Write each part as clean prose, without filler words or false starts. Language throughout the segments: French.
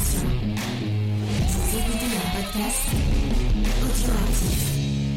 Attention, vous écoutez un podcast audioactif.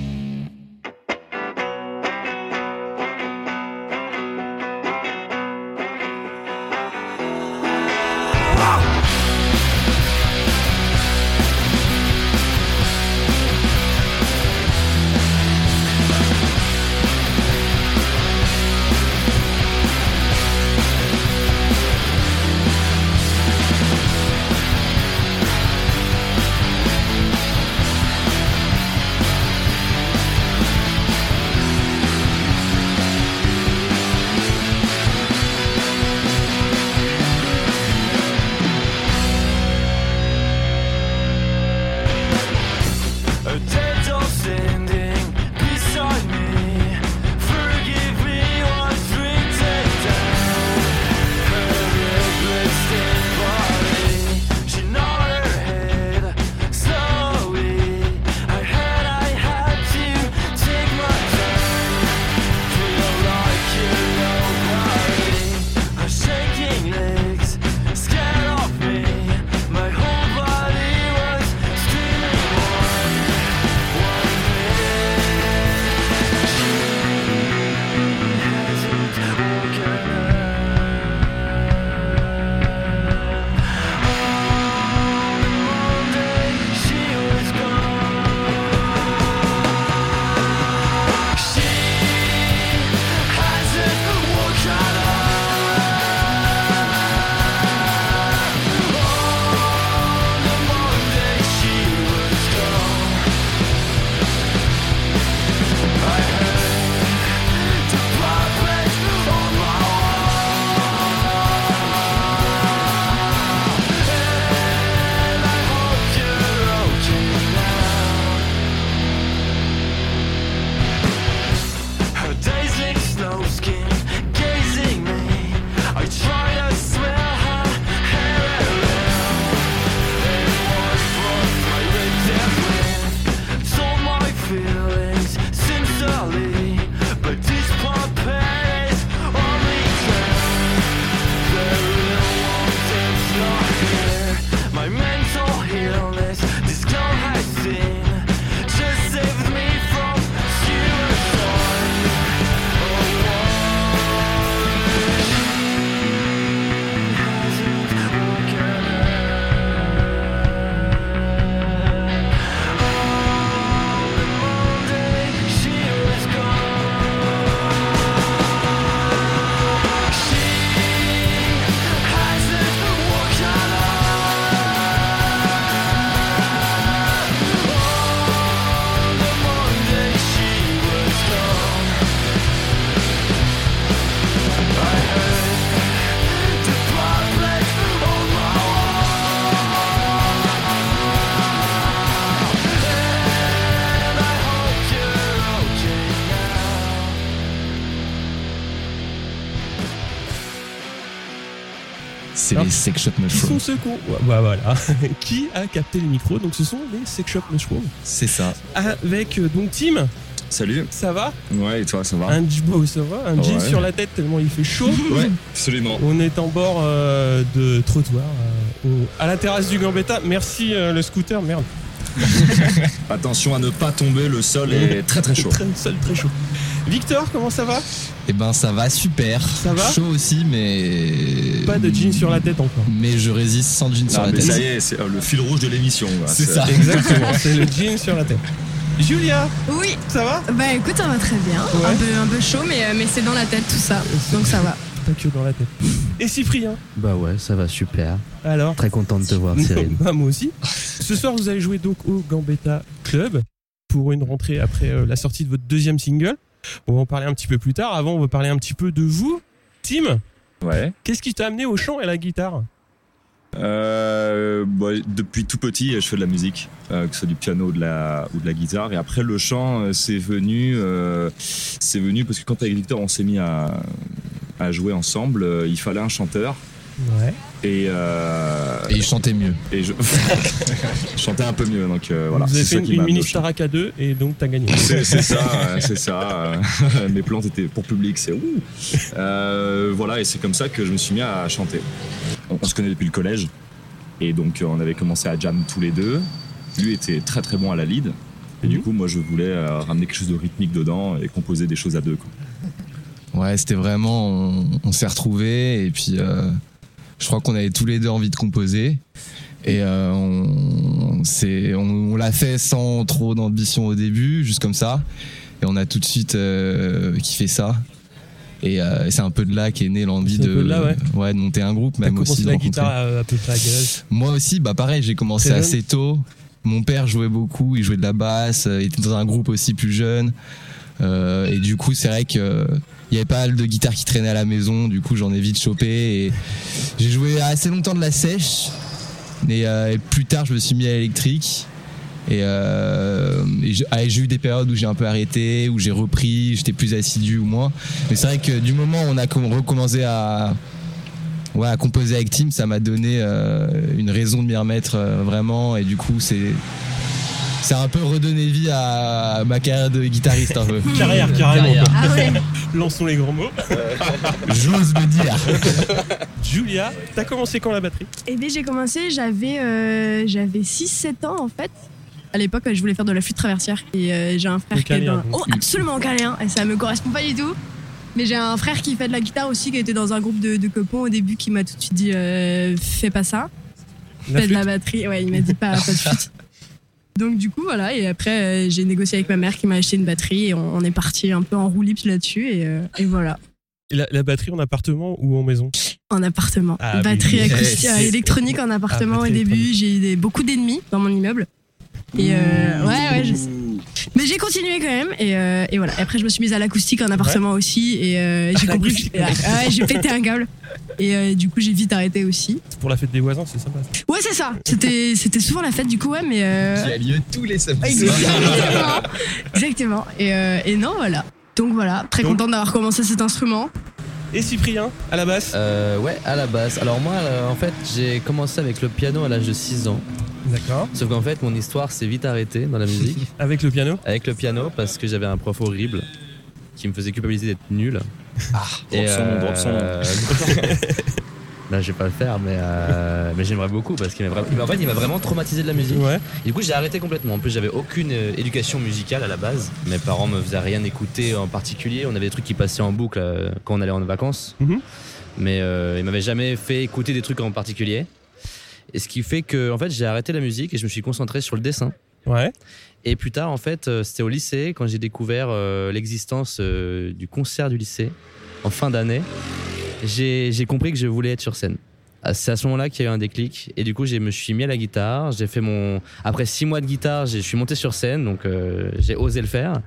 C'est les Sex Shop Mushrooms. Qui sont ceux qu'on... Ouais, voilà. Qui a capté le micro? Donc ce sont les Sex Shop Mushrooms. C'est ça. Avec donc Tim. Salut. Ça va? Ouais, et toi, ça va? Ça va. Un jean sur la tête tellement il fait chaud. Ouais, absolument. On est en bord de trottoir à la terrasse du Gambetta. Merci le scooter, merde. Attention à ne pas tomber, le sol est très très chaud. Très chaud. Victor, comment ça va? Eh ben ça va super. Ça va? Chaud aussi, mais... Pas de jean sur la tête encore. Mais je résiste sans jean sur la tête. Ça y est, c'est le fil rouge de l'émission. Là. C'est ça. Exactement, c'est le jean sur la tête. Julia. Oui. Ça va? Bah écoute, ça va très bien. Ouais. Un peu chaud, mais c'est dans la tête tout ça. Donc ça va. Pas que dans la tête. Et Cyprien? Bah ouais, ça va super. Alors? Très content de te voir, Cyril. Bah moi aussi. Ce soir, vous allez jouer donc au Gambetta Club pour une rentrée après la sortie de votre deuxième single. On va en parler un petit peu plus tard. Avant, on va parler un petit peu de vous. Tim, Ouais. qu'est-ce qui t'a amené au chant et à la guitare? Depuis tout petit, je fais de la musique, que ce soit du piano ou de la guitare. Et après, le chant, c'est venu parce que quand avec Victor, on s'est mis à jouer ensemble. Il fallait un chanteur. Ouais. Et il chantait mieux. Et je chantais un peu mieux, donc voilà. Vous avez c'est fait ça qui une m'a amené mini au chant. Starac à 2 et donc t'as gagné. C'est ça. Mes plantes étaient pour public, c'est ouh. Voilà, et c'est comme ça que je me suis mis à chanter. On se connaît depuis le collège. Et donc on avait commencé à jam tous les deux. Lui était très très bon à la lead. Et du coup, moi, je voulais ramener quelque chose de rythmique dedans et composer des choses à deux, quoi. Ouais, c'était vraiment, on s'est retrouvés et puis je crois qu'on avait tous les deux envie de composer et on l'a fait sans trop d'ambition au début, juste comme ça, et on a tout de suite kiffé ça. Et c'est un peu de là qu'est née l'envie de monter un groupe, même aussi. T'as commencé la guitare à peu près à quel âge ? Moi aussi, pareil, j'ai commencé Très assez tôt. Mon père jouait beaucoup, il jouait de la basse, il était dans un groupe aussi plus jeune. Et du coup, c'est vrai que il y avait pas mal de guitares qui traînaient à la maison. Du coup, j'en ai vite chopé. Et j'ai joué assez longtemps de la sèche. Et plus tard, je me suis mis à l'électrique. Et j'ai eu des périodes où j'ai un peu arrêté, où j'ai repris, j'étais plus assidu ou moins. Mais c'est vrai que du moment où on a recommencé à composer avec Tim, ça m'a donné une raison de m'y remettre vraiment, et du coup c'est un peu redonné vie à ma carrière de guitariste un peu. Carrière, carrément. Ah ouais. Lançons les grands mots. J'ose me dire. Julia, t'as commencé quand la batterie ? Et bien j'ai commencé, j'avais 6-7 ans en fait. À l'époque, je voulais faire de la flûte traversière et j'ai un frère qui est dans... Oh, absolument aucun lien, et ça me correspond pas du tout. Mais j'ai un frère qui fait de la guitare aussi, qui était dans un groupe de copains au début, qui m'a tout de suite dit fais pas ça. Fais de la batterie. Ouais, il m'a dit pas de flûte. Donc du coup voilà, et après j'ai négocié avec ma mère qui m'a acheté une batterie et on est parti un peu en roue libre là-dessus et voilà. Et la batterie en appartement ou en maison ? En appartement. Ah, batterie oui. acoustique, électronique en appartement au début. J'ai eu beaucoup d'ennemis dans mon immeuble. Et ouais, je sais. Mais j'ai continué quand même et voilà. Et après je me suis mise à l'acoustique en appartement aussi et j'ai compris que j'ai pété un câble et du coup j'ai vite arrêté aussi. C'est pour la fête des voisins, c'est sympa. Ouais, c'est ça. C'était souvent la fête du coup, ouais, mais Qui a lieu tous les samedis. Exactement. Et non, voilà. Donc voilà, très contente d'avoir commencé cet instrument. Et Cyprien, à la basse ? Ouais, à la basse. Alors moi, en fait, j'ai commencé avec le piano à l'âge de 6 ans. D'accord. Sauf qu'en fait, mon histoire s'est vite arrêtée dans la musique. Avec le piano ? Avec le piano, parce que j'avais un prof horrible qui me faisait culpabiliser d'être nul. Drop son nom. Là, je vais pas le faire, mais j'aimerais beaucoup parce qu'il m'a vraiment traumatisé de la musique. Ouais. Et du coup, j'ai arrêté complètement. En plus, j'avais aucune éducation musicale à la base. Mes parents me faisaient rien écouter en particulier. On avait des trucs qui passaient en boucle quand on allait en vacances. Mm-hmm. Mais ils m'avaient jamais fait écouter des trucs en particulier. Et ce qui fait que, en fait, j'ai arrêté la musique et je me suis concentré sur le dessin. Ouais. Et plus tard, en fait, c'était au lycée quand j'ai découvert l'existence du concert du lycée en fin d'année. J'ai compris que je voulais être sur scène. C'est à ce moment-là qu'il y a eu un déclic et du coup je me suis mis à la guitare. J'ai fait après 6 mois de guitare, je suis monté sur scène, donc j'ai osé le faire.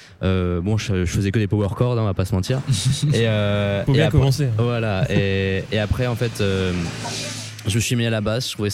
Je faisais que des power chords, on va pas se mentir. Faut bien commencer. Voilà. Et après en fait, je me suis mis à la basse. Je trouvais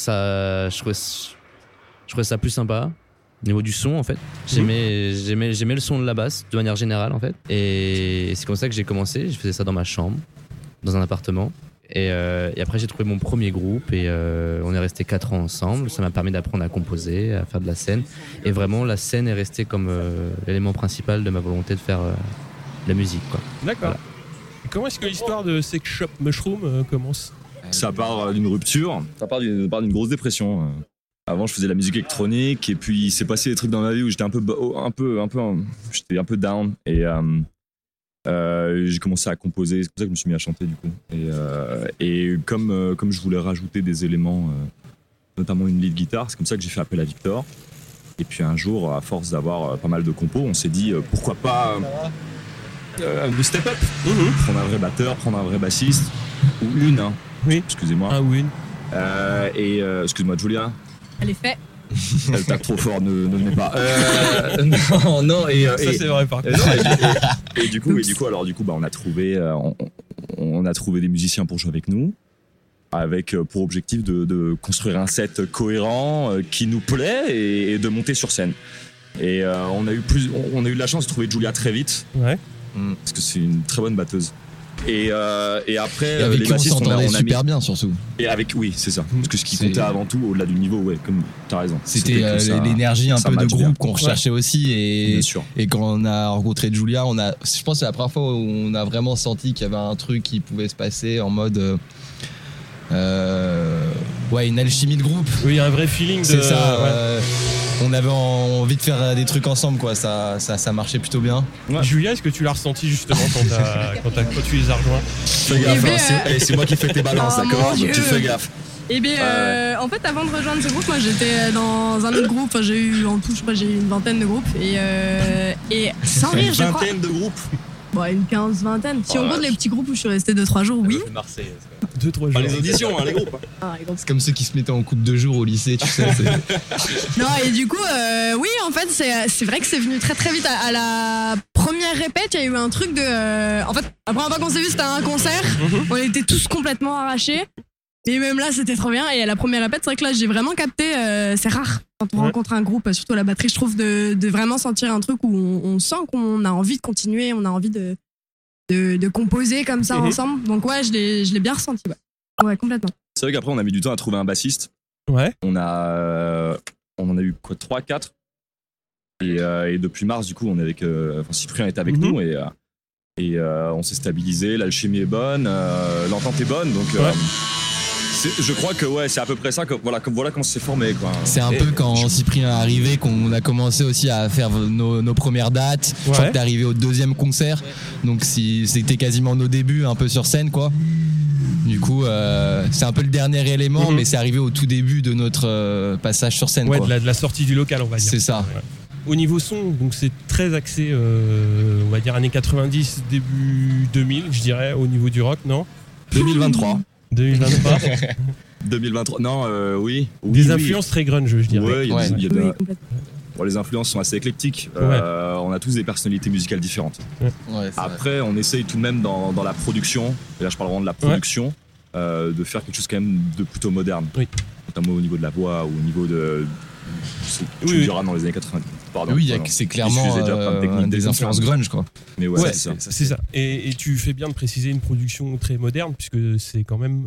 ça plus sympa. Au niveau du son en fait, j'aimais le son de la basse de manière générale en fait. Et c'est comme ça que j'ai commencé. Je faisais ça dans ma chambre, dans un appartement. Et après j'ai trouvé mon premier groupe et on est resté 4 ans ensemble. Ça m'a permis d'apprendre à composer, à faire de la scène. Et vraiment la scène est restée comme l'élément principal de ma volonté de faire de la musique, quoi. D'accord. Voilà. Et comment est-ce que l'histoire de Sex Shop Mushroom commence ? Ça part d'une rupture, ça part d'une grosse dépression. Avant, je faisais de la musique électronique et puis il s'est passé des trucs dans ma vie où j'étais j'étais un peu down et j'ai commencé à composer. C'est comme ça que je me suis mis à chanter du coup. Et comme je voulais rajouter des éléments, notamment une lead guitare, c'est comme ça que j'ai fait appel à Victor. Et puis un jour, à force d'avoir pas mal de compos, on s'est dit pourquoi pas de step up, prendre un vrai batteur, prendre un vrai bassiste ou une. Hein. Oui. Excusez-moi. Ah oui. Excuse-moi, Julia. Elle est faite. Elle tape trop fort, ne venez pas. Non. Ça c'est vrai par contre. Et du coup, on a trouvé des musiciens pour jouer avec nous, avec pour objectif de construire un set cohérent qui nous plaît et de monter sur scène. Et on a eu de la chance de trouver Julia très vite. Ouais. Parce que c'est une très bonne batteuse. Et après, avec les qui on bassistes, s'entendait super bien surtout. Et oui, c'est ça. Parce que ce qui comptait avant tout, au-delà du niveau, ouais, comme t'as raison. C'était l'énergie un peu de groupe qu'on recherchait aussi. Bien sûr. Et quand on a rencontré Julia, je pense que c'est la première fois où on a vraiment senti qu'il y avait un truc qui pouvait se passer en mode. une alchimie de groupe. Oui, il y a un vrai feeling de. C'est ça. ouais. On avait envie de faire des trucs ensemble, quoi. Ça marchait plutôt bien. Ouais. Julia, est-ce que tu l'as ressenti justement quand tu les as rejoints? Fais gaffe, c'est moi qui fais tes balances, Oh, d'accord? mon Donc tu Dieu. fais gaffe. Et bien, en fait, avant de rejoindre ce groupe, moi j'étais dans un autre groupe. Enfin, j'ai eu en tout, je crois, j'ai eu une vingtaine de groupes. Et sans rire, je Une crois. vingtaine de groupes. Bon, une 15-20. Si on Oh, compte les petits groupes où je suis restée 2-3 jours, oui. Marseille. 2-3 jours. Pas les auditions, hein, les groupes. Ah, les groupes. C'est comme ceux qui se mettaient en couple de jours au lycée, tu sais. Non, et du coup, oui, en fait, c'est vrai que c'est venu très très vite. À la première répète, il y a eu un truc de. En fait, la première fois qu'on s'est vu, c'était à un concert. On était tous complètement arrachés. Et même là, c'était trop bien. Et à la première répète, c'est vrai que là, j'ai vraiment capté. C'est rare quand on rencontre un groupe, surtout à la batterie, je trouve, de vraiment sentir un truc où on sent qu'on a envie de continuer, on a envie de composer comme ça ensemble. Donc, ouais, je l'ai bien ressenti. Ouais, complètement. C'est vrai qu'après, on a mis du temps à trouver un bassiste. Ouais. On en a eu quoi, 3-4. Et depuis mars, du coup, on est avec. Cyprien est avec nous et on s'est stabilisé. L'alchimie est bonne, l'entente est bonne. Donc, je crois que c'est à peu près ça. Voilà comment c'est formé, quoi. C'est un peu quand Cyprien est arrivé qu'on a commencé aussi à faire nos premières dates. Je crois que t'es arrivé au 2e concert. Donc c'était quasiment nos débuts un peu sur scène, quoi. Du coup, c'est un peu le dernier élément, mais c'est arrivé au tout début de notre passage sur scène. Ouais, quoi. de la sortie du local, on va dire. C'est ça. Ouais. Au niveau son, donc c'est très axé, on va dire années 90, début 2000, je dirais, au niveau du rock, non? 2023. 2023. 2023. Non, oui. Des influences très grunge, je dirais. Ouais, il y a Oui, complètement. Bon, les influences sont assez éclectiques. Ouais. On a tous des personnalités musicales différentes. Ouais, c'est vrai. Après, on essaye tout de même dans la production, et là je parle vraiment de la production, de faire quelque chose quand même de plutôt moderne. Oui. Notamment au niveau de la voix ou au niveau de. Tu me diras dans les années 80. Pardon. Oui, c'est clairement Excusez, déjà, plein de techniques des influences grunge, quoi. Mais Ouais, c'est ça. Et tu fais bien de préciser une production très moderne, puisque c'est quand même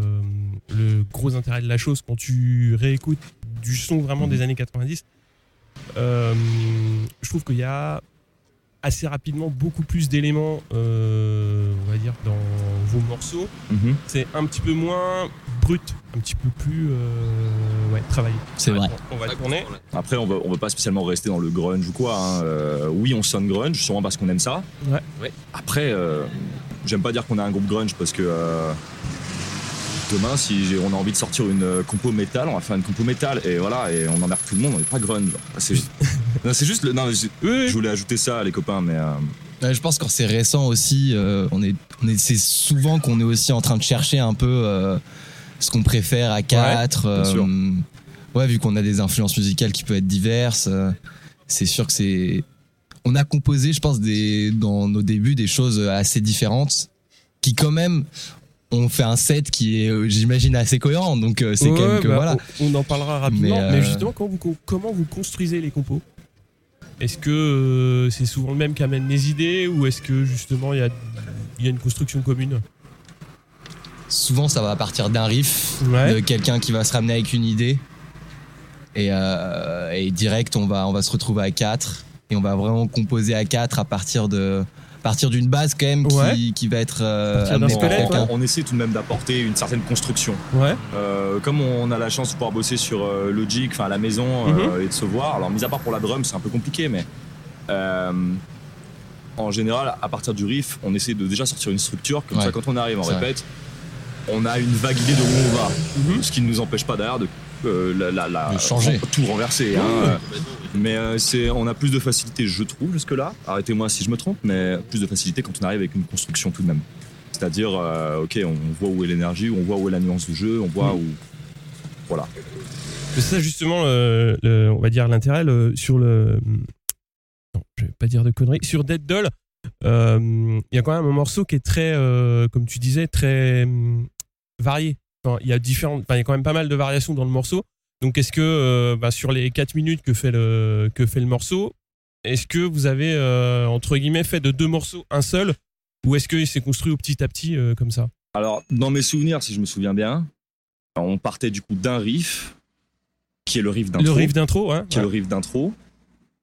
le gros intérêt de la chose quand tu réécoutes du son vraiment des années 90. Je trouve qu'il y a assez rapidement beaucoup plus d'éléments, on va dire, dans vos morceaux. C'est un petit peu moins brut, un petit peu plus travaillé. C'est vrai. On va tourner. Après, on veut pas spécialement rester dans le grunge ou quoi. Hein. Oui, on sonne grunge, sûrement parce qu'on aime ça. Ouais. Après, j'aime pas dire qu'on a un groupe grunge parce que demain, si on a envie de sortir une compo métal, on va faire une compo métal et voilà, et on emmerde tout le monde, on n'est pas grunge. C'est juste je voulais ajouter ça, les copains, mais. Je pense que c'est récent aussi. C'est souvent qu'on est aussi en train de chercher un peu ce qu'on préfère à 4. bien sûr. Vu qu'on a des influences musicales qui peuvent être diverses, c'est sûr que c'est. On a composé, je pense, dans nos débuts, des choses assez différentes qui, quand même, ont fait un set qui est, j'imagine, assez cohérent. Donc, c'est quand même que voilà. On en parlera rapidement. Mais justement, comment vous construisez les compos? Est-ce que c'est souvent le même qui amène les idées ou est-ce que justement il y a une construction commune? Souvent, ça va partir d'un riff, Ouais. de quelqu'un qui va se ramener avec une idée. Et direct, on va se retrouver à 4. Et on va vraiment composer à 4 à partir d'une base quand même qui va être Partir d'un amenée par squelette, quelqu'un. On essaie tout de même d'apporter une certaine construction. Ouais. Comme on a la chance de pouvoir bosser sur Logic, à la maison et de se voir. Alors, mis à part pour la drum, c'est un peu compliqué, mais en général, à partir du riff, on essaie de déjà sortir une structure. Comme ça, quand on arrive en répète, on a une vague idée de où on va. Ce qui ne nous empêche pas derrière de changer. tout renverser. Hein. Mais on a plus de facilité, je trouve, jusque-là. Arrêtez-moi si je me trompe, mais plus de facilité quand on arrive avec une construction tout de même. C'est-à-dire, ok, on voit où est l'énergie, on voit où est la nuance du jeu, on voit où. Voilà. C'est ça justement, on va dire l'intérêt sur le. Non, je vais pas dire de conneries. Sur Dead Doll, il y a quand même un morceau qui est très, comme tu disais, très varié. Enfin, il y a quand même pas mal de variations dans le morceau. Donc, est-ce que sur les 4 minutes que fait le morceau, est-ce que vous avez entre guillemets fait de 2 morceaux un seul, ou est-ce que c'est construit au petit à petit comme ça? Alors, dans mes souvenirs, si je me souviens bien, on partait du coup d'un riff, qui est le riff d'intro. Le riff d'intro, hein. Qui est le riff d'intro.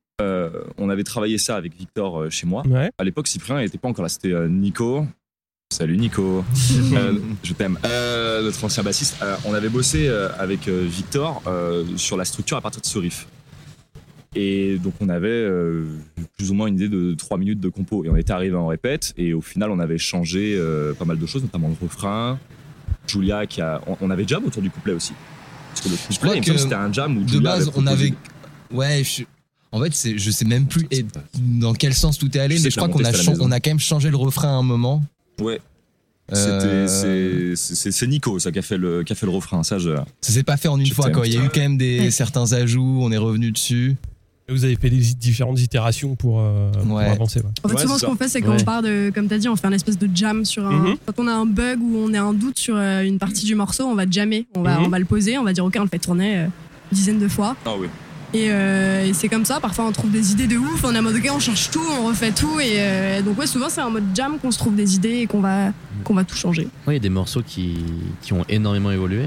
On avait travaillé ça avec Victor chez moi. Ouais. À l'époque, Cyprien n'était pas encore là. C'était Nico. Salut Nico. Je t'aime. Notre ancien bassiste. On avait bossé avec Victor sur la structure à partir de ce riff. Et donc on avait plus ou moins une idée de 3 minutes de compo. Et on était arrivé en répète. Et au final, on avait changé pas mal de choses, notamment le refrain. Julia on avait jam autour du couplet aussi. Parce que le couplet, il me semble que c'était un jam où de Julia base, avait on avait. Ouais, en fait, je sais même plus dans quel sens tout est allé, mais je crois qu'on a quand même changé le refrain à un moment. Ouais. C'est Nico ça qui a fait le refrain. Ça s'est pas fait en une fois quoi. Il y a eu quand même certains ajouts, on est revenu dessus. Et vous avez fait des différentes itérations pour avancer. Ouais. En fait, souvent ce qu'on fait, c'est qu'on part de, comme t'as dit, on fait un espèce de jam sur un. Quand on a un bug ou on a un doute sur une partie du morceau, on va jammer, on va le poser, on va dire ok, on le fait tourner une dizaine de fois. Ah oui. Et c'est comme ça, parfois on trouve des idées de ouf, on est en mode ok, on change tout, on refait tout, et donc ouais, souvent c'est en mode jam qu'on se trouve des idées et qu'on va tout changer. Ouais, il y a des morceaux qui ont énormément évolué,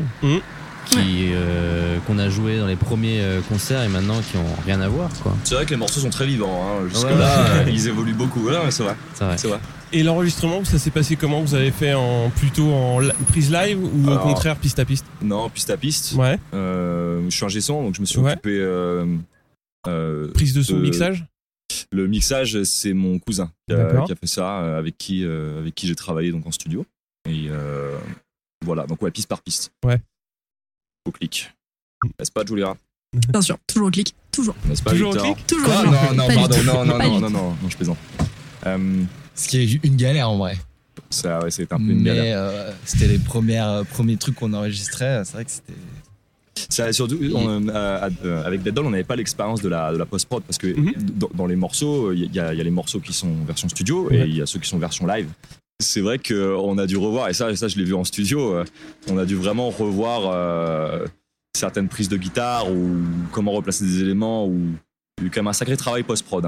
qu'on a joué dans les premiers concerts et maintenant qui ont rien à voir, quoi. C'est vrai que les morceaux sont très vivants, hein. Jusque-là, ils évoluent beaucoup. Voilà, c'est vrai. C'est vrai. Et l'enregistrement, ça s'est passé comment? Vous avez fait plutôt en prise live ou au contraire piste à piste? Non, piste à piste. Ouais. Je suis ingé son, donc je me suis occupé. Prise de son, mixage? Le mixage, c'est mon cousin qui a fait ça, avec qui j'ai travaillé donc en studio. Et voilà, donc ouais, piste par piste. Ouais. Au clic. N'est-ce pas, Julia? Bien sûr, toujours au clic, toujours. N'est-ce pas, toujours Victor? au clic? Toujours. Non, pardon, non, je plaisante. Ce qui est une galère en vrai. Ça, ouais, c'est un peu une galère. C'était les premiers trucs qu'on enregistrait. C'est vrai que c'était. Ça, surtout, avec Dead Doll, on n'avait pas l'expérience de la post-prod parce que dans les morceaux, il y a les morceaux qui sont version studio et il y a ceux qui sont version live. C'est vrai qu'on a dû revoir, et ça je l'ai vu en studio, on a dû vraiment revoir certaines prises de guitare ou comment replacer des éléments. Il y a eu quand même un sacré travail post-prod.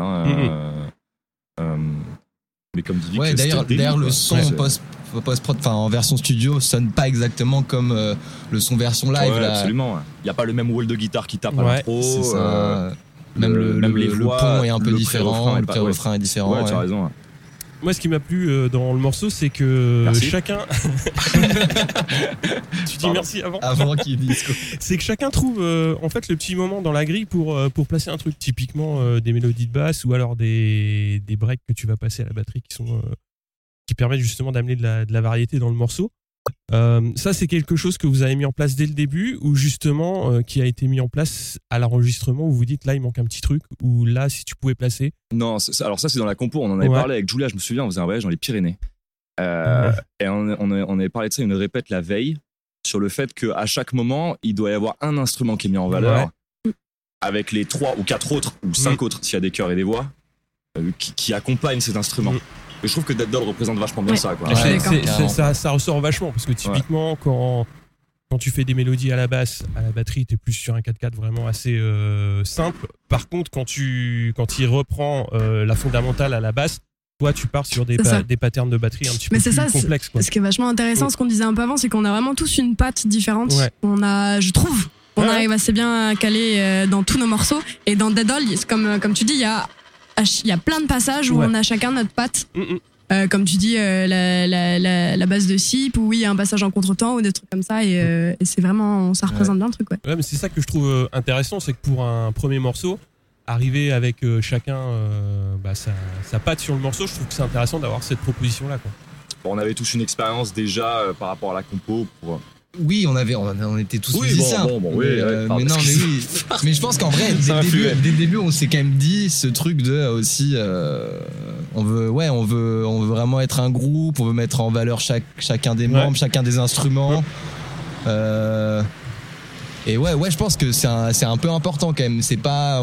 Mais comme dit Vic, d'ailleurs le son post-prod, enfin en version studio, sonne pas exactement comme le son version live. Ouais, là. Absolument. Il n'y a pas le même wall de guitare qui tape à l'intro. C'est ça. Même le pont est un peu différent, le pré-refrain est différent. Ouais, tu as raison. Moi, ce qui m'a plu dans le morceau, c'est que chacun. Tu dis merci avant. Avant qu'il dise quoi. C'est que chacun trouve en fait le petit moment dans la grille pour placer un truc. Typiquement des mélodies de basse ou alors des breaks que tu vas passer à la batterie qui permettent justement d'amener de la variété dans le morceau. Ça, c'est quelque chose que vous avez mis en place dès le début ou justement qui a été mis en place à l'enregistrement où vous dites là il manque un petit truc ou là si tu pouvais placer? Non, alors ça c'est dans la compo, on en avait parlé avec Julia, je me souviens, on faisait un voyage dans les Pyrénées et on avait parlé de ça une répète la veille sur le fait qu'à chaque moment il doit y avoir un instrument qui est mis en valeur avec les 3 ou 4 autres ou 5 autres s'il y a des chœurs et des voix qui accompagnent cet instrument. Et je trouve que Dead Doll représente vachement bien ça, quoi. Ça ressort vachement parce que typiquement quand tu fais des mélodies à la basse, à la batterie, t'es plus sur un 4/4 vraiment assez simple. Par contre, quand il reprend la fondamentale à la basse, toi tu pars sur des patterns de batterie un petit peu plus complexes. Ce qui est vachement intéressant, ce qu'on disait un peu avant, c'est qu'on a vraiment tous une patte différente. Je trouve, on arrive assez bien à caler dans tous nos morceaux. Et dans Dead Doll, comme tu dis, il y a plein de passages où on a chacun notre patte. Comme tu dis, la base de Sip, où il y a un passage en contretemps ou des trucs comme ça, et c'est vraiment, ça représente bien le truc. Ouais, mais c'est ça que je trouve intéressant, c'est que pour un premier morceau, arriver avec chacun sa patte sur le morceau, je trouve que c'est intéressant d'avoir cette proposition-là, quoi. Bon, on avait tous une expérience déjà par rapport à la compo pour. Oui, on était tous musiciens. Mais je pense qu'en vrai, dès le début, on s'est quand même dit ce truc de aussi, on veut vraiment être un groupe, on veut mettre en valeur chacun des membres, chacun des instruments. Et je pense que c'est un peu important quand même. C'est pas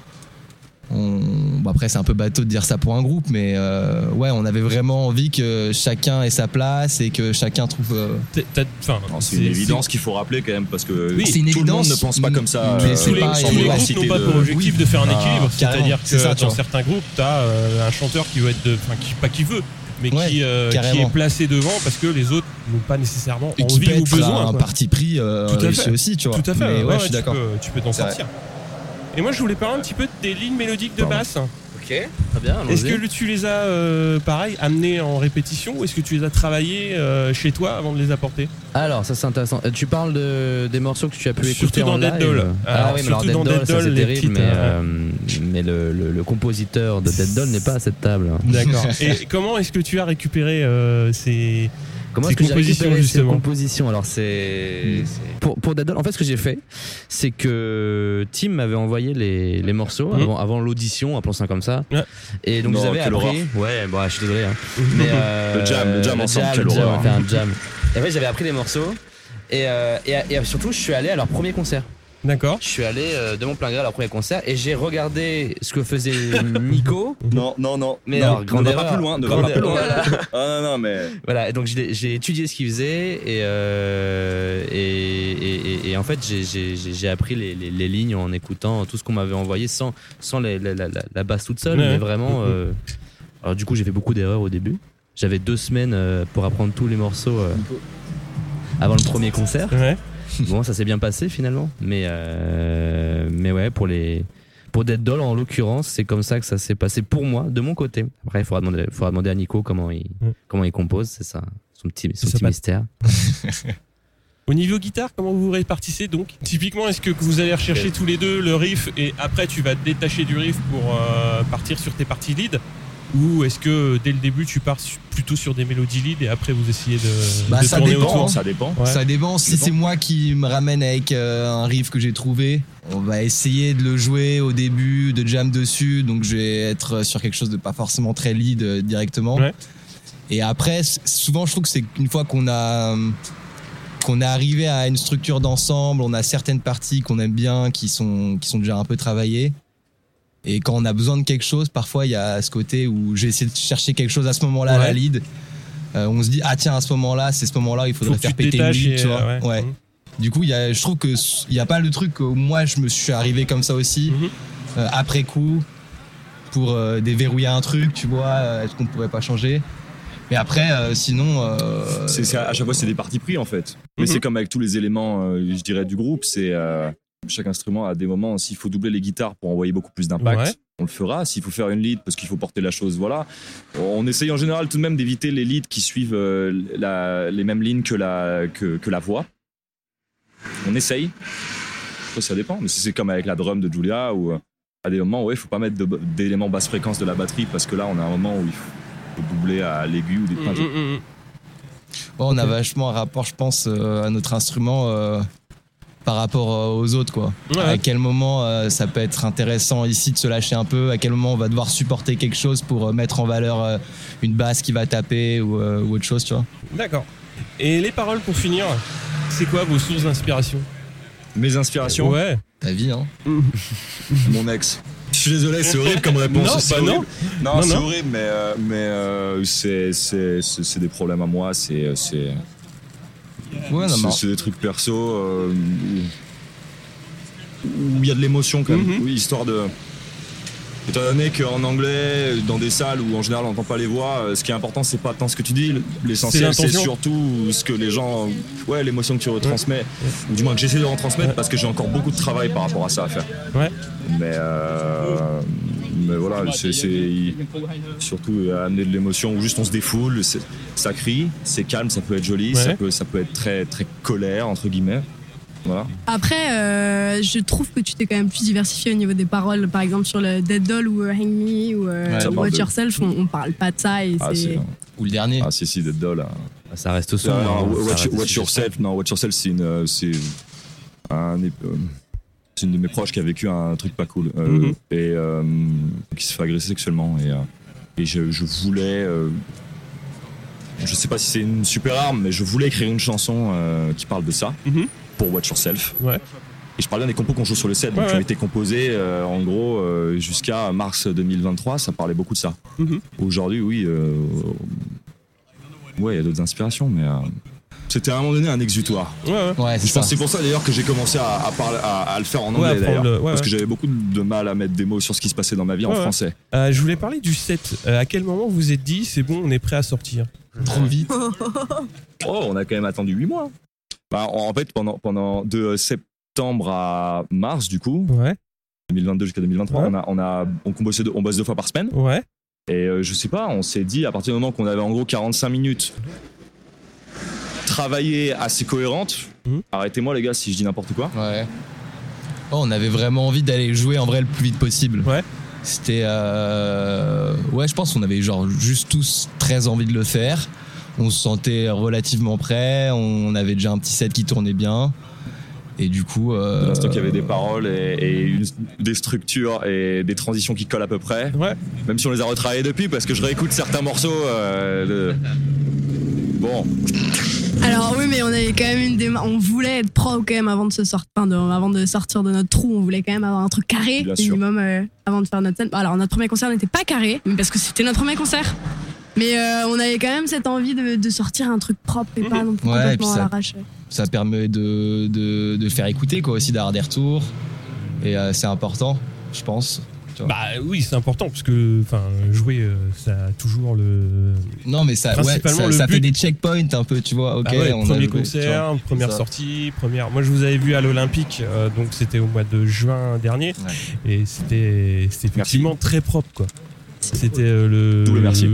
bon, après c'est un peu bateau de dire ça pour un groupe, mais on avait vraiment envie que chacun ait sa place et que chacun trouve. C'est une évidence qu'il faut rappeler quand même parce que tout le monde ne pense pas comme ça. Tous les groupes n'ont pas pour objectif de faire un équilibre. C'est-à-dire que dans certains groupes, t'as un chanteur qui veut mais qui est placé devant parce que les autres n'ont pas nécessairement et envie ou besoin. Un parti pris réussi aussi, tu vois. Tout à fait. Mais je suis d'accord. Tu peux t'en sortir. Et moi, je voulais parler un petit peu des lignes mélodiques de basse. Ok, très bien. Est-ce allons-y. que tu les as, pareil, amenés en répétition ou est-ce que tu les as travaillés chez toi avant de les apporter? Alors, ça c'est intéressant. Tu parles des morceaux que tu as pu écouter Surtout en dans live. Dead Doll. Ah oui, mais alors Surtout dans Dead Doll, Dead ça Doll, c'est c'est les terrible, petites, mais le compositeur de Dead Doll n'est pas à cette table. D'accord. Et comment est-ce que tu as récupéré ces... Comment Ces est-ce que j'ai compositions, récupéré ces justement. compositions? Alors pour Dead Doll, en fait ce que j'ai fait, c'est que Tim m'avait envoyé les morceaux avant l'audition, appelons ça comme ça. Ouais. Et donc Non, j'avais quelle appris. horreur. Ouais, bon, je suis désolé. Hein. Mais, Le jam ensemble, quelle on horreur. a fait un jam. Et en fait j'avais appris les morceaux. Et surtout je suis allé à leur premier concert. D'accord. Je suis allé de mon plein gré à leur premier concert et j'ai regardé ce que faisait Nico. Non. Mais non, alors, grande ne va pas erreur. plus loin. Ne va Grande pas plus loin. erreur. Ah non, mais. Voilà, et donc j'ai étudié ce qu'ils faisaient et en fait j'ai appris les lignes en écoutant tout ce qu'on m'avait envoyé sans la basse toute seule, Ouais. mais vraiment. Alors du coup j'ai fait beaucoup d'erreurs au début. J'avais 2 semaines pour apprendre tous les morceaux avant le premier concert. Ouais. Bon, ça s'est bien passé finalement, mais ouais, pour Dead Doll en l'occurrence, c'est comme ça que ça s'est passé pour moi, de mon côté. Après, il faudra demander à Nico comment il compose, c'est ça, son petit mystère. Au niveau guitare, comment vous vous répartissez donc? Typiquement, est-ce que vous allez rechercher tous les deux le riff et après tu vas te détacher du riff pour partir sur tes parties lead? Ou est-ce que dès le début tu pars plutôt sur des mélodies lead et après vous essayez de Ça tourner dépend, autour? Ça dépend. Ouais. Ça dépend. Si c'est moi qui me ramène avec un riff que j'ai trouvé, on va essayer de le jouer au début, de jam dessus. Donc je vais être sur quelque chose de pas forcément très lead directement. Ouais. Et après, souvent je trouve que c'est une fois qu'on est arrivé à une structure d'ensemble, on a certaines parties qu'on aime bien, qui sont déjà un peu travaillées. Et quand on a besoin de quelque chose, parfois il y a ce côté où j'ai essayé de chercher quelque chose à ce moment-là, à la lead. On se dit, ah tiens, à ce moment-là, c'est ce moment-là où il faudrait Faut que faire tu te péter une détaches lead, tu vois. ouais. Ouais. Du coup, je trouve que il y a pas le truc où moi je me suis arrivé comme ça aussi, après coup, pour déverrouiller un truc, tu vois, est-ce qu'on pourrait pas changer? Mais après, sinon. C'est à chaque fois, c'est des parties pris en fait. Mais c'est comme avec tous les éléments, je dirais, du groupe. C'est chaque instrument a des moments. S'il faut doubler les guitares pour envoyer beaucoup plus d'impact, on le fera. S'il faut faire une lead parce qu'il faut porter la chose, voilà. On essaye en général tout de même d'éviter les leads qui suivent les mêmes lignes que la voix. On essaye. Après, ça dépend. Mais c'est comme avec la drum de Julia où à des moments, il faut pas mettre d'éléments basse fréquence de la batterie parce que là, on a un moment où il faut doubler à l'aigu ou des points. On a vachement un rapport, je pense, à notre instrument par rapport aux autres, quoi. Ouais. À quel moment ça peut être intéressant ici de se lâcher un peu, à quel moment on va devoir supporter quelque chose pour mettre en valeur une basse qui va taper ou autre chose, tu vois. D'accord. Et les paroles pour finir, c'est quoi vos sources d'inspiration? Mes inspirations, Ouais. Ta vie, hein. mon ex. Je suis désolé, c'est horrible comme réponse. Non, c'est bah non. horrible. Non, c'est non. horrible, mais c'est des problèmes à moi. C'est Ouais, non, c'est des trucs perso où il y a de l'émotion quand même. Oui, histoire de. Étant donné qu'en anglais, dans des salles où en général on n'entend pas les voix, ce qui est important c'est pas tant ce que tu dis, l'essentiel c'est l'intention. surtout ce que les gens, l'émotion que tu retransmets, ou du moins que j'essaie de retransmettre parce que j'ai encore beaucoup de travail par rapport à ça à faire. Ouais. Mais voilà, c'est surtout amener de l'émotion où juste on se défoule, ça crie, c'est calme, ça peut être joli, Ouais. ça peut être très très colère entre guillemets. Voilà. Après, je trouve que tu t'es quand même plus diversifié au niveau des paroles. Par exemple, sur le Dead Doll ou Hang Me ou ça parle Watch de- Yourself, on parle pas de ça. Et c'est... Ou le dernier. Ah si Dead Doll. Ça reste au son. Watch Yourself, non, Watch Yourself, c'est une de mes proches qui a vécu un truc pas cool et qui se fait agresser sexuellement et je voulais, je sais pas si c'est une super arme, mais je voulais écrire une chanson qui parle de ça pour Watch Yourself. Ouais. Et je parle bien des compos qu'on joue sur le set, donc qui ont été composés en gros jusqu'à mars 2023, ça parlait beaucoup de ça. Aujourd'hui, oui, il y a d'autres inspirations, mais c'était à un moment donné un exutoire. Ouais, c'est Je pense que ça. c'est pour ça d'ailleurs que j'ai commencé à le faire en anglais d'ailleurs. Parce que j'avais beaucoup de mal à mettre des mots sur ce qui se passait dans ma vie en français. Je voulais parler du set. À quel moment vous vous êtes dit c'est bon, on est prêt à sortir? Trop vite. On a quand même attendu 8 mois. En fait, pendant de septembre à mars, du coup, Ouais. 2022 jusqu'à 2023. Ouais. On bosse 2 fois par semaine. Ouais. Et je sais pas, on s'est dit à partir du moment qu'on avait en gros 45 minutes travailler assez cohérente, arrêtez-moi les gars si je dis n'importe quoi. Ouais. Oh, on avait vraiment envie d'aller jouer en vrai le plus vite possible. Ouais. C'était ouais, je pense qu'on avait genre juste tous très envie de le faire. On se sentait relativement prêts, on avait déjà un petit set qui tournait bien. Et du coup De l'instant qu'il y avait des paroles et des structures et des transitions qui collent à peu près. Ouais. Même si on les a retravaillés depuis parce que je réécoute certains morceaux Bon. Alors oui, mais on avait quand même une démarche. On voulait être pro quand même avant de se sortir, avant de sortir de notre trou. On voulait quand même avoir un truc carré minimum avant de faire notre scène. Alors notre premier concert n'était pas carré, mais parce que c'était notre premier concert. Mais on avait quand même cette envie de sortir un truc propre et pas non plus complètement à l'arrache. Ça permet de faire écouter quoi aussi, d'avoir des retours. Et c'est important, je pense. Bah oui, c'est important parce que jouer, ça a toujours le. Non, mais ça, ça fait des checkpoints un peu, tu vois. Ok, on premier a joué, concert, première sortie, première. Moi, je vous avais vu à l'Olympique, donc c'était au mois de juin dernier, et c'était effectivement très propre, quoi. C'était le. Double merci.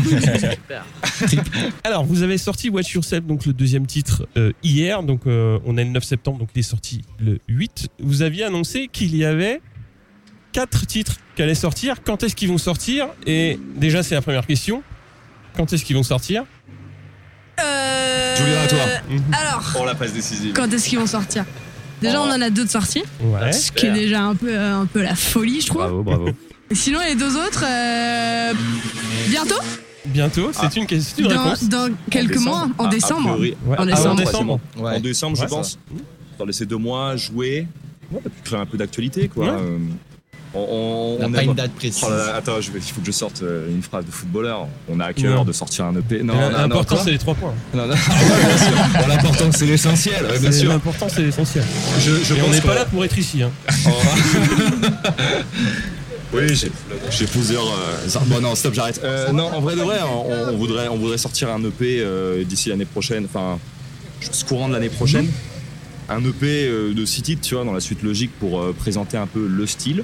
Alors, vous avez sorti Watch Yourself, donc le deuxième titre hier, donc on est le 9 septembre, donc il est sorti le 8. Vous aviez annoncé qu'il y avait 4 titres qui allaient sortir. Quand est-ce qu'ils vont sortir? Et déjà, c'est la première question. Quand est-ce qu'ils vont sortir? Julien, à toi. Alors, Pour la phase décisive. quand est-ce qu'ils vont sortir? Déjà, on en a 2 de sortie, Ouais. ce qui est déjà un peu la folie, je trouve. Bravo. Et sinon, les 2 autres, bientôt? Bientôt, c'est une réponse. Dans quelques mois, en décembre. Ouais. En décembre. Ouais. En décembre, je pense. On va laisser 2 mois jouer. Créer un peu d'actualité, quoi. Ouais. On n'a pas une date précise. Oh là là, attends, il faut que je sorte une phrase de footballeur. On a à cœur de sortir un EP. L'important, c'est les 3 points. Non, bien sûr. Bon, l'important, c'est l'essentiel. Bien sûr. L'important, c'est l'essentiel. Je Et on pense n'est qu'on- pas là pour être ici. Hein. Oui, j'ai plusieurs. Bon, non, stop, j'arrête. Non, en vrai de vrai, on voudrait sortir un EP d'ici l'année prochaine, enfin, ce courant de l'année prochaine. Un EP de 6 titres, tu vois, dans la suite logique pour présenter un peu le style.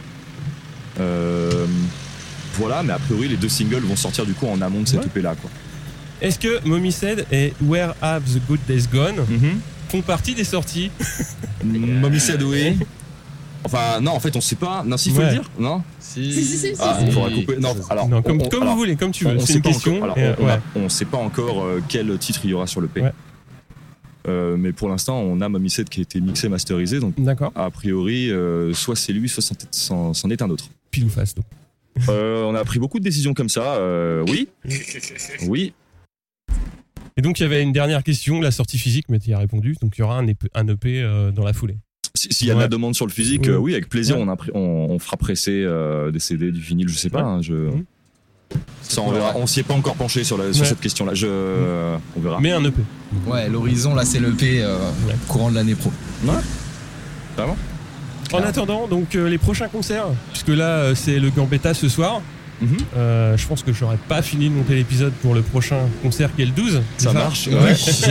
Voilà, mais a priori, les 2 singles vont sortir du coup en amont de cet EP là, quoi. Est-ce que Mommy Said et Where Have the Good Days Gone font partie des sorties? Mommy Said oui. Enfin, non, en fait, on sait pas. Non, s'il faut le dire, non? Si. Ah, il faudra couper. Non, alors. Non, comme vous voulez, comme tu veux. C'est une question. On sait pas encore quel titre il y aura sur le P. Ouais. Mais pour l'instant, on a Mommy Said qui a été mixé, masterisé. Donc, D'accord. a priori, soit c'est lui, soit c'en est un autre. Pile ou face, donc. On a pris beaucoup de décisions comme ça. Oui. Oui. Et donc, il y avait une dernière question, la sortie physique, mais tu y as répondu. Donc, il y aura un EP dans la foulée. S'il y a de la demande sur le physique, oui, avec plaisir, on fera presser des CD, du vinyle, je sais pas. Hein, ça, on verra. On s'y est pas encore penché sur cette question-là. On verra. Mais un EP. Ouais, l'horizon, là, c'est l'EP courant de l'année pro. Ouais. Vraiment. En attendant, donc les prochains concerts, puisque là, c'est le Gambetta ce soir. Je pense que j'aurais pas fini de monter l'épisode pour le prochain concert qui est le 12. Ça marche. Ouais.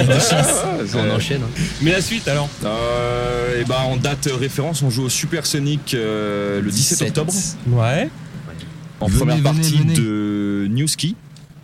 On enchaîne. Hein. Mais la suite alors? Et ben en date référence, on joue au Supersonic le 17 octobre. Ouais. En première partie de New Ski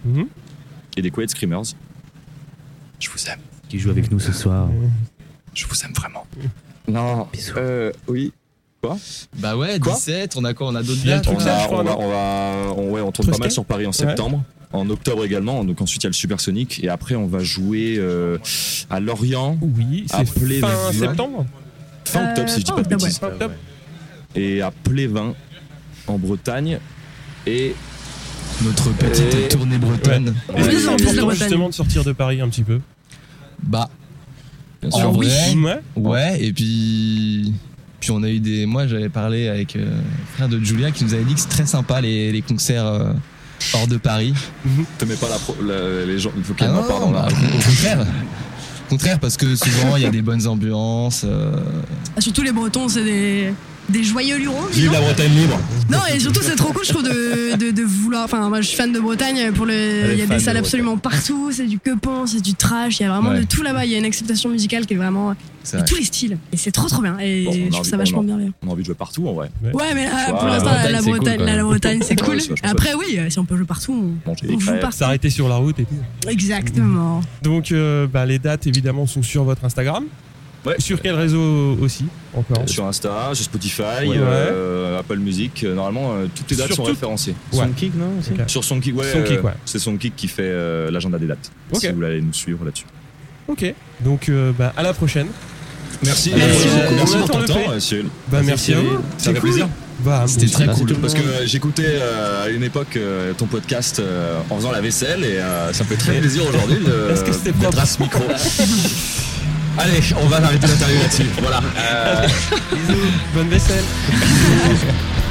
et des Quiet Screamers. Je vous aime. Qui joue avec nous ce soir. Je vous aime vraiment. Non. Bisous. Oui. Quoi? Bah ouais, Quoi 17, on a quoi? On a d'autres Il y a le dates? truc ça, je crois, on tourne pas mal sur Paris en septembre. En octobre également, donc ensuite il y a le Supersonic et après on va jouer à Lorient. Oui, c'est Appelez fin les- septembre. Fin octobre si je dis pas de bêtises. Fin octobre. Et à Plévin en Bretagne et Notre petite tournée bretonne. Est-ce que c'est en plus de important Bretagne. justement de sortir de Paris un petit peu? Bah, bien en sûr. vrai, Ouais. ouais, et puis on a eu des. Moi, j'avais parlé avec le frère de Julia qui nous avait dit que c'est très sympa les concerts hors de Paris. T'aimais pas les gens, il faut qu'il y ait Ah un pardon là. au contraire. Au contraire, parce que souvent il y a des bonnes ambiances. Surtout les Bretons, c'est des des joyeux lurons. Vive la Bretagne libre. Non, et surtout, c'est trop cool, je trouve, de vouloir. Enfin, moi, je suis fan de Bretagne. Il y a des salles absolument partout. C'est du quepon, c'est du trash. Il y a vraiment de tout là-bas. Il y a une acceptation musicale qui est vraiment. Et tous les styles. Et c'est trop bien. Et je trouve ça vachement bien. On a envie de jouer partout en vrai. Ouais, mais là, pour l'instant, la Bretagne, c'est cool. Après, oui, si on peut jouer partout, on joue partout. S'arrêter sur la route et tout. Exactement. Donc, les dates, évidemment, sont sur votre Instagram. Ouais. Sur quel réseau aussi encore Sur Insta, sur Spotify, Apple Music. Normalement, toutes les dates sont référencées. Songkick, non aussi Okay. Sur Songkick, Songkick, c'est Songkick qui fait l'agenda des dates. Okay. Si vous voulez aller nous suivre là-dessus. Ok, donc à la prochaine. Merci pour ton temps, Cyril. Merci à vous. Ça fait plaisir. C'était très cool. Parce que j'écoutais à une époque ton podcast en faisant la vaisselle et ça me fait très plaisir aujourd'hui d'être à ce micro. Allez, on va arrêter l'interview là-dessus. Voilà. Bisous, bonne vaisselle.